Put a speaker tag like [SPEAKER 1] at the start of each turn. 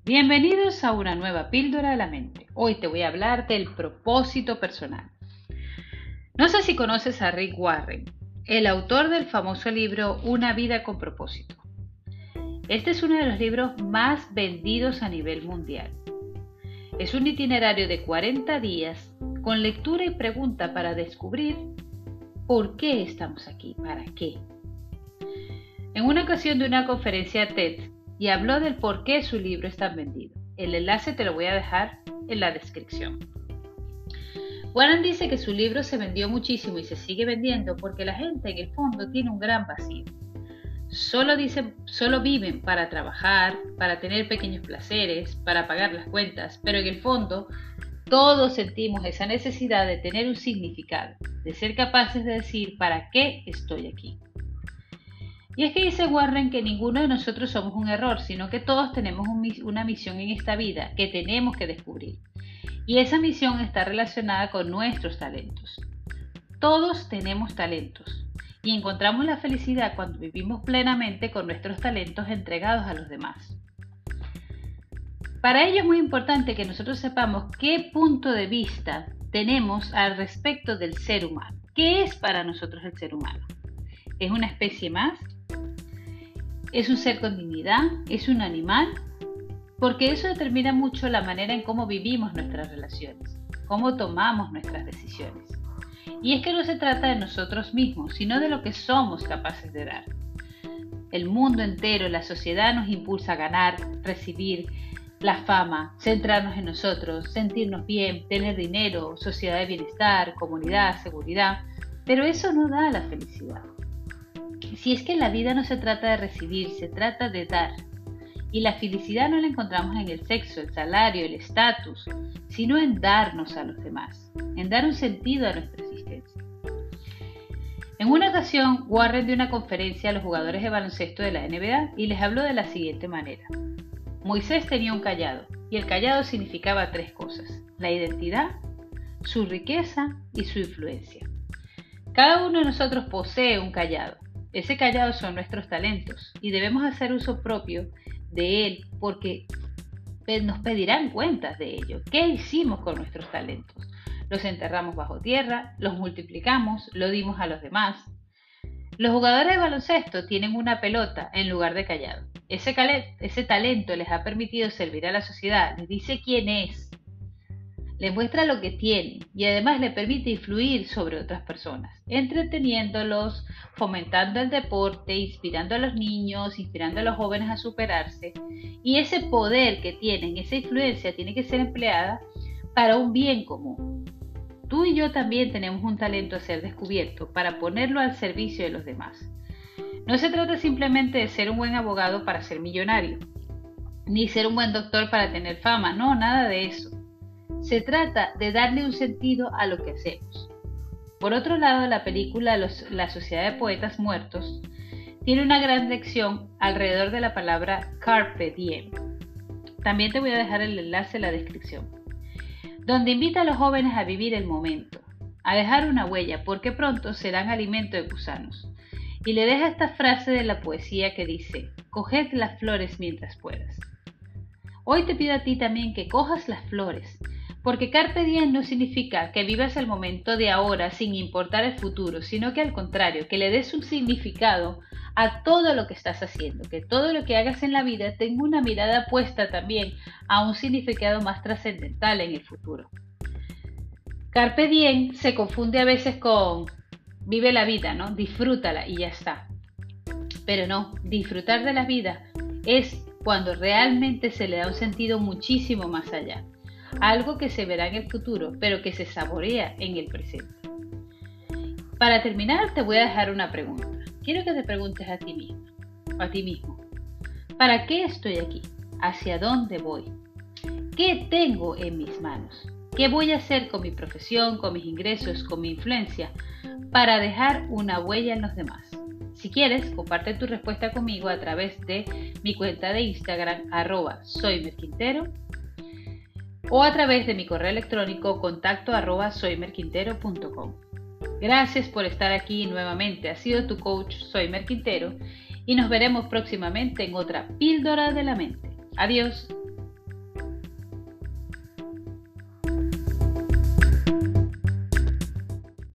[SPEAKER 1] Bienvenidos a una nueva píldora de la mente. Hoy te voy a hablar del propósito personal. No sé si conoces a Rick Warren, el autor del famoso libro Una vida con propósito. Este es uno de los libros más vendidos a nivel mundial. Es un itinerario de 40 días con lectura y pregunta para descubrir por qué estamos aquí, para qué. En una ocasión de una conferencia TED, y habló del por qué su libro es tan vendido. El enlace te lo voy a dejar en la descripción. Warren dice que su libro se vendió muchísimo y se sigue vendiendo porque la gente en el fondo tiene un gran vacío. Solo viven para trabajar, para tener pequeños placeres, para pagar las cuentas, pero en el fondo todos sentimos esa necesidad de tener un significado, de ser capaces de decir ¿para qué estoy aquí? Y es que dice Warren que ninguno de nosotros somos un error, sino que todos tenemos una misión en esta vida que tenemos que descubrir. Y esa misión está relacionada con nuestros talentos. Todos tenemos talentos y encontramos la felicidad cuando vivimos plenamente con nuestros talentos entregados a los demás. Para ello es muy importante que nosotros sepamos qué punto de vista tenemos al respecto del ser humano. ¿Qué es para nosotros el ser humano? ¿Es una especie más? ¿Es un ser con dignidad? ¿Es un animal? Porque eso determina mucho la manera en cómo vivimos nuestras relaciones, cómo tomamos nuestras decisiones. Y es que no se trata de nosotros mismos, sino de lo que somos capaces de dar. El mundo entero, la sociedad nos impulsa a ganar, recibir la fama, centrarnos en nosotros, sentirnos bien, tener dinero, sociedad de bienestar, comunidad, seguridad, pero eso no da la felicidad. Si es que la vida no se trata de recibir, se trata de dar. Y la felicidad no la encontramos en el sexo, el salario, el estatus, sino en darnos a los demás, en dar un sentido a nuestra existencia. En una ocasión, Warren dio una conferencia a los jugadores de baloncesto de la NBA y les habló de la siguiente manera. Moisés tenía un cayado, y el cayado significaba tres cosas: la identidad, su riqueza y su influencia. Cada uno de nosotros posee un cayado. Ese cayado son nuestros talentos y debemos hacer uso propio de él porque nos pedirán cuentas de ello. ¿Qué hicimos con nuestros talentos? ¿Los enterramos bajo tierra? ¿Los multiplicamos? ¿Lo dimos a los demás? Los jugadores de baloncesto tienen una pelota en lugar de cayado. Ese talento les ha permitido servir a la sociedad, les dice quién es, le muestra lo que tiene y además le permite influir sobre otras personas, entreteniéndolos, fomentando el deporte, inspirando a los niños, inspirando a los jóvenes a superarse. Y ese poder que tienen, esa influencia, tiene que ser empleada para un bien común. Tú y yo también tenemos un talento a ser descubierto para ponerlo al servicio de los demás. No se trata simplemente de ser un buen abogado para ser millonario, ni ser un buen doctor para tener fama, no, nada de eso. Se trata de darle un sentido a lo que hacemos. Por otro lado, la película La Sociedad de Poetas Muertos tiene una gran lección alrededor de la palabra Carpe Diem. También te voy a dejar el enlace en la descripción, donde invita a los jóvenes a vivir el momento, a dejar una huella, porque pronto serán alimento de gusanos. Y le deja esta frase de la poesía que dice: coged las flores mientras puedas. Hoy te pido a ti también que cojas las flores, porque Carpe Diem no significa que vivas el momento de ahora sin importar el futuro, sino que al contrario, que le des un significado a todo lo que estás haciendo, que todo lo que hagas en la vida tenga una mirada puesta también a un significado más trascendental en el futuro. Carpe Diem se confunde a veces con vive la vida, ¿no? Disfrútala y ya está. Pero no, disfrutar de la vida es cuando realmente se le da un sentido muchísimo más allá. Algo que se verá en el futuro, pero que se saborea en el presente. Para terminar, te voy a dejar una pregunta. Quiero que te preguntes a ti mismo, a ti mismo. ¿Para qué estoy aquí? ¿Hacia dónde voy? ¿Qué tengo en mis manos? ¿Qué voy a hacer con mi profesión, con mis ingresos, con mi influencia, para dejar una huella en los demás? Si quieres, comparte tu respuesta conmigo a través de mi cuenta de Instagram, @soymerquintero, o a través de mi correo electrónico contacto@soymerquintero.com. Gracias por estar aquí nuevamente. Ha sido tu coach, Soymer Quintero, y nos veremos próximamente en otra píldora de la mente. Adiós.